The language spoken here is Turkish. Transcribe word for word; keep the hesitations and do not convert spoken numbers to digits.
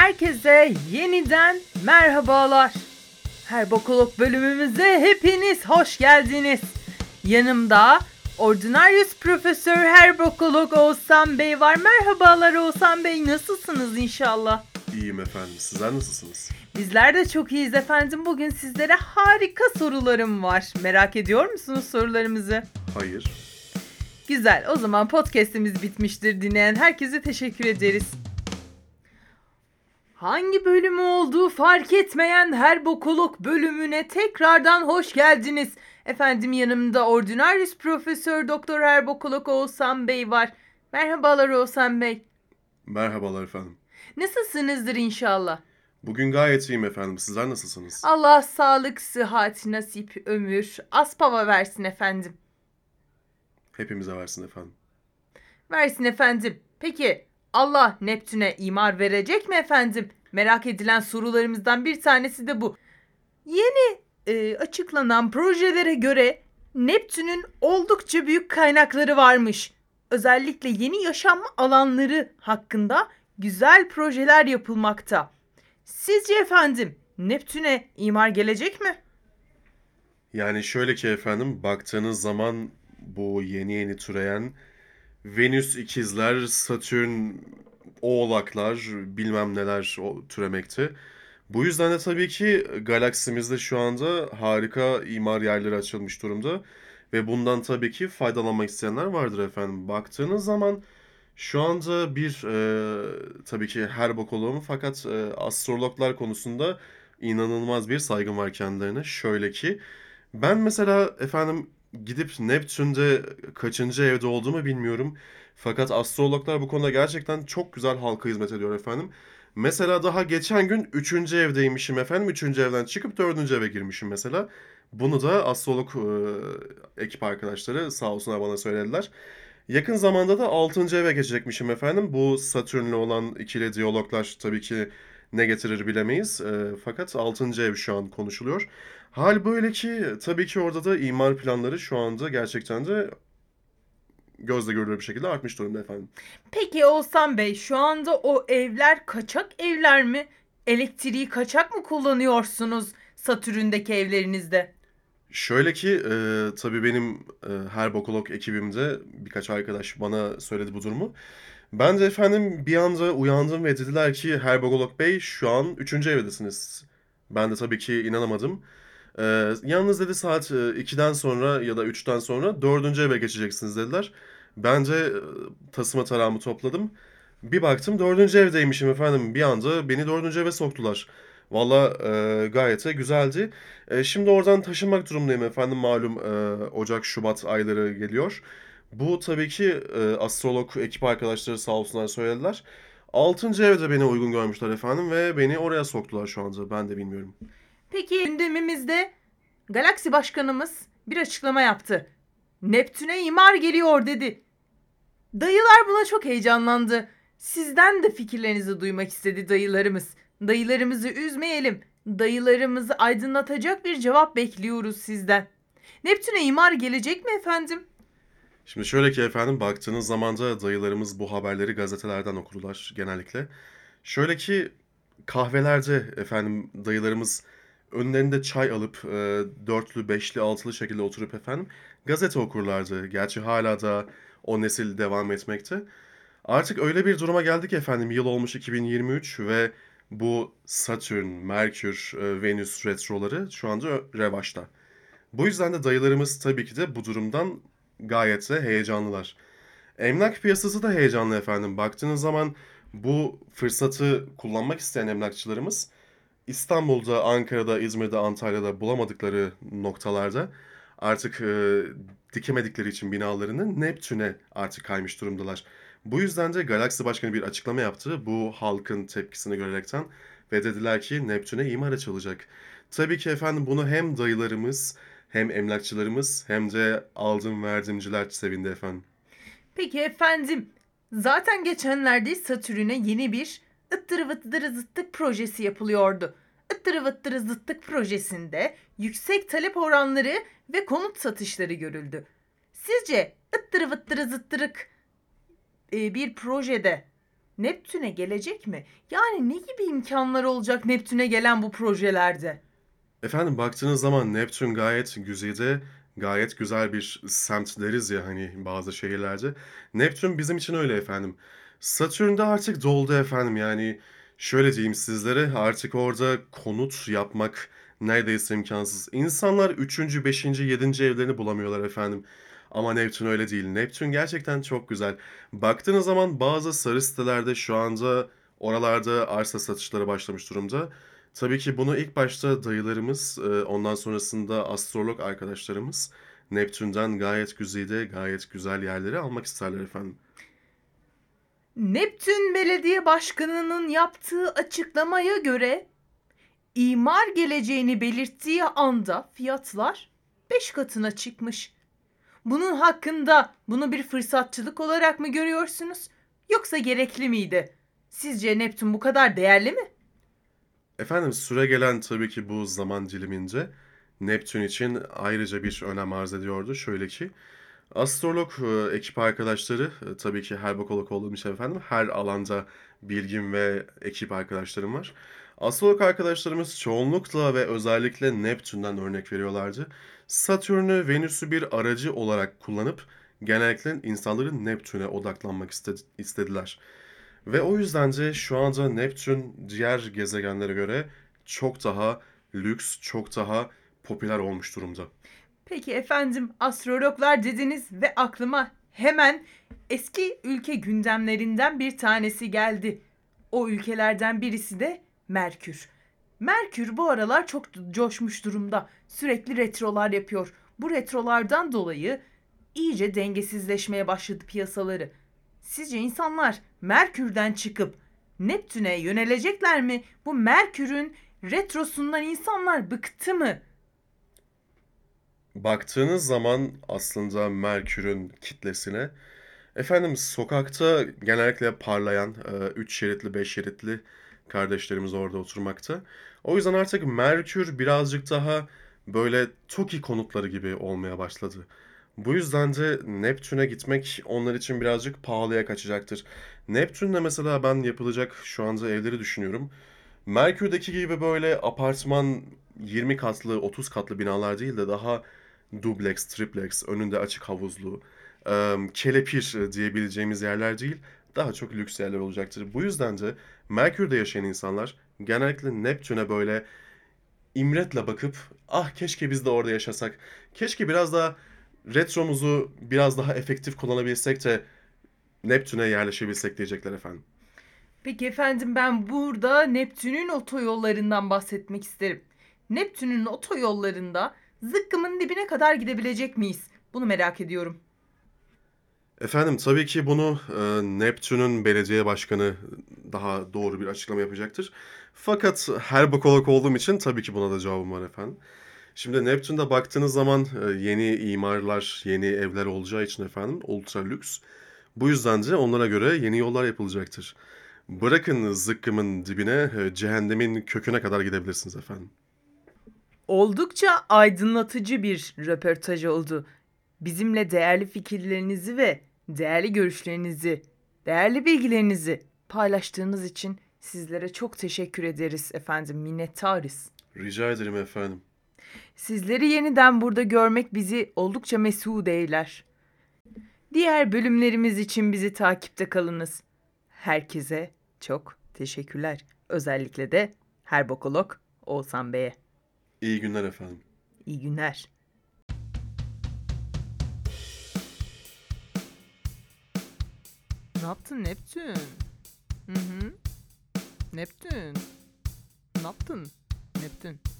Herkese yeniden merhabalar. Herbokolog bölümümüze hepiniz hoş geldiniz. Yanımda Ordinarius Profesör Herbokolog Oğuzhan Bey var. Merhabalar Oğuzhan Bey, nasılsınız inşallah? İyiyim efendim. Sizler nasılsınız? Bizler de çok iyiyiz efendim. Bugün sizlere harika sorularım var. Merak ediyor musunuz sorularımızı? Hayır. Güzel. O zaman podcast'imiz bitmiştir. Dinleyen herkese teşekkür ederiz. Hangi bölümü olduğu fark etmeyen Herbokolog bölümüne tekrardan hoş geldiniz. Efendim yanımda Ordinarius Profesör Doktor Herbokolog Oğuzhan Bey var. Merhabalar Oğuzhan Bey. Merhabalar efendim. Nasılsınızdır inşallah? Bugün gayet iyiyim efendim. Sizler nasılsınız? Allah sağlık, sıhhat, nasip, ömür, aspava versin efendim. Hepimize versin efendim. Versin efendim. Peki Allah Neptün'e imar verecek mi efendim? Merak edilen sorularımızdan bir tanesi de bu. Yeni e, açıklanan projelere göre Neptün'ün oldukça büyük kaynakları varmış. Özellikle yeni yaşam alanları hakkında güzel projeler yapılmakta. Sizce efendim Neptün'e imar gelecek mi? Yani şöyle ki efendim, baktığınız zaman bu yeni yeni türeyen Venüs ikizler, Satürn oğlaklar, bilmem neler o- türemekte. Bu yüzden de tabii ki galaksimizde şu anda harika imar yerleri açılmış durumda. Ve bundan tabii ki faydalanmak isteyenler vardır efendim. Baktığınız zaman şu anda bir e, tabii ki her bokoloğum, fakat e, astrologlar konusunda inanılmaz bir saygım var kendilerine. Şöyle ki ben mesela efendim gidip Neptün'de kaçıncı evde olduğumu bilmiyorum. Fakat astrologlar bu konuda gerçekten çok güzel halka hizmet ediyor efendim. Mesela daha geçen gün üçüncü evdeymişim efendim. Üçüncü evden çıkıp dördüncü eve girmişim mesela. Bunu da astrolog e, ekip arkadaşları sağ olsunlar bana söylediler. Yakın zamanda da altıncı eve geçecekmişim efendim. Bu Satürn'le olan ikili diyaloglar tabii ki ne getirir bilemeyiz. E, fakat altıncı ev şu an konuşuluyor. Hal böyle ki tabii ki orada da imar planları şu anda gerçekten de gözle görülür bir şekilde artmış durumda efendim. Peki Oğuzhan Bey, şu anda o evler kaçak evler mi? Elektriği kaçak mı kullanıyorsunuz Satürn'deki evlerinizde? Şöyle ki e, tabii benim e, her bokolog ekibimde birkaç arkadaş bana söyledi bu durumu. Ben de efendim bir anda uyandım ve dediler ki her bokolog bey şu an üçüncü evdesiniz. Ben de tabii ki inanamadım. E, yalnız dedi saat e, ikiden sonra ya da üçten sonra dördüncü eve geçeceksiniz dediler. Ben de e, tasımı tarağımı topladım. Bir baktım dördüncü evdeymişim efendim. Bir anda beni dördüncü eve soktular. Valla e, gayet de güzeldi. E, şimdi oradan taşınmak durumundayım efendim. Malum e, Ocak, Şubat ayları geliyor. Bu tabii ki e, astrolog ekip arkadaşları sağ olsunlar söylediler. Altıncı evde beni uygun görmüşler efendim ve beni oraya soktular şu anda. Ben de bilmiyorum. Peki gündemimizde Galaksi Başkanımız bir açıklama yaptı. Neptün'e imar geliyor dedi. Dayılar buna çok heyecanlandı. Sizden de fikirlerinizi duymak istedi dayılarımız. Dayılarımızı üzmeyelim. Dayılarımızı aydınlatacak bir cevap bekliyoruz sizden. Neptün'e imar gelecek mi efendim? Şimdi şöyle ki efendim, baktığınız zaman da dayılarımız bu haberleri gazetelerden okurlar genellikle. Şöyle ki kahvelerde efendim dayılarımız önlerinde çay alıp e, dörtlü, beşli, altılı şekilde oturup efendim gazete okurlardı. Gerçi hala da o nesil devam etmekte. Artık öyle bir duruma geldik efendim. Yıl olmuş iki bin yirmi üç ve bu Satürn, Merkür, e, Venüs retroları şu anda ö- revaçta. Bu yüzden de dayılarımız tabii ki de bu durumdan gayet de heyecanlılar. Emlak piyasası da heyecanlı efendim. Baktığınız zaman bu fırsatı kullanmak isteyen emlakçılarımız İstanbul'da, Ankara'da, İzmir'de, Antalya'da bulamadıkları noktalarda artık e, dikemedikleri için binalarını Neptün'e artık kaymış durumdalar. Bu yüzden de Galaxy Başkanı bir açıklama yaptı bu halkın tepkisini görerekten ve dediler ki Neptün'e imar açılacak. Tabii ki efendim bunu hem dayılarımız hem emlakçılarımız hem de aldım verdimciler sevindi efendim. Peki efendim, zaten geçenlerde Satürn'e yeni bir ıttırı vıttırı zıttık projesi yapılıyordu. Ittırı vıttırı zıttık projesinde yüksek talep oranları ve konut satışları görüldü. Sizce ıttırı vıttırı zıttırık e, bir projede Neptün'e gelecek mi? Yani ne gibi imkanlar olacak Neptün'e gelen bu projelerde? Efendim baktığınız zaman Neptün gayet güzide, gayet güzel bir semt deriz ya hani bazı şehirlerde. Neptün bizim için öyle efendim. Satürn de artık doldu efendim yani şöyle diyeyim sizlere artık orada konut yapmak neredeyse imkansız. İnsanlar üçüncü, beşinci, yedinci evlerini bulamıyorlar efendim. Ama Neptün öyle değil. Neptün gerçekten çok güzel. Baktığınız zaman bazı sarı sitelerde şu anda oralarda arsa satışları başlamış durumda. Tabii ki bunu ilk başta dayılarımız, eee, ondan sonrasında astrolog arkadaşlarımız Neptün'den gayet güzide, gayet güzel yerleri almak isterler efendim. Neptün Belediye Başkanı'nın yaptığı açıklamaya göre imar geleceğini belirttiği anda fiyatlar beş katına çıkmış. Bunun hakkında bunu bir fırsatçılık olarak mı görüyorsunuz? Yoksa gerekli miydi? Sizce Neptün bu kadar değerli mi? Efendim süregelen tabii ki bu zaman diliminde Neptün için ayrıca bir önem arz ediyordu. Şöyle ki astrolog e, ekip arkadaşları e, tabii ki her bokolog olduğum için efendim her alanda bilgim ve ekip arkadaşlarım var. Astrolog arkadaşlarımız çoğunlukla ve özellikle Neptün'den örnek veriyorlardı. Satürn'ü, Venüs'ü bir aracı olarak kullanıp genellikle insanların Neptün'e odaklanmak istedi- istediler. Ve o yüzden de şu anda Neptün diğer gezegenlere göre çok daha lüks, çok daha popüler olmuş durumda. Peki efendim, astrologlar dediniz ve aklıma hemen eski ülke gündemlerinden bir tanesi geldi. O ülkelerden birisi de Merkür. Merkür bu aralar çok coşmuş durumda. Sürekli retrolar yapıyor. Bu retrolardan dolayı iyice dengesizleşmeye başladı piyasaları. Sizce insanlar Merkür'den çıkıp Neptün'e yönelecekler mi? Bu Merkür'ün retrosundan insanlar bıktı mı? Baktığınız zaman aslında Merkür'ün kitlesine, efendim sokakta genellikle parlayan üç şeritli, beş şeritli kardeşlerimiz orada oturmakta. O yüzden artık Merkür birazcık daha böyle TOKİ konutları gibi olmaya başladı. Bu yüzden de Neptün'e gitmek onlar için birazcık pahalıya kaçacaktır. Neptün'le mesela ben yapılacak şu anda evleri düşünüyorum. Merkür'deki gibi böyle apartman yirmi katlı, otuz katlı binalar değil de daha dubleks, triplex, önünde açık havuzlu, em, kelepir diyebileceğimiz yerler değil, daha çok lüks yerler olacaktır. Bu yüzden de Merkür'de yaşayan insanlar genellikle Neptün'e böyle imretle bakıp ah keşke biz de orada yaşasak, keşke biraz daha retromuzu biraz daha efektif kullanabilsek de Neptün'e yerleşebilsek diyecekler efendim. Peki efendim, ben burada Neptün'ün otoyollarından bahsetmek isterim. Neptün'ün otoyollarında zıkkımın dibine kadar gidebilecek miyiz? Bunu merak ediyorum. Efendim tabii ki bunu e, Neptün'ün belediye başkanı daha doğru bir açıklama yapacaktır. Fakat her bokolog olduğum için tabii ki buna da cevabım var efendim. Şimdi Neptün'de baktığınız zaman e, yeni imarlar, yeni evler olacağı için efendim ultra lüks. Bu yüzden de onlara göre yeni yollar yapılacaktır. Bırakın zıkkımın dibine, e, cehennemin köküne kadar gidebilirsiniz efendim. Oldukça aydınlatıcı bir röportaj oldu. Bizimle değerli fikirlerinizi ve değerli görüşlerinizi, değerli bilgilerinizi paylaştığınız için sizlere çok teşekkür ederiz efendim. Minnettarız. Rica ederim efendim. Sizleri yeniden burada görmek bizi oldukça mesut eyler. Diğer bölümlerimiz için bizi takipte kalınız. Herkese çok teşekkürler. Özellikle de her bokolog Oğuzhan Bey'e. İyi günler efendim. İyi günler. Ne yaptın Neptün? Hı hı. Neptün. Ne yaptın? Neptün.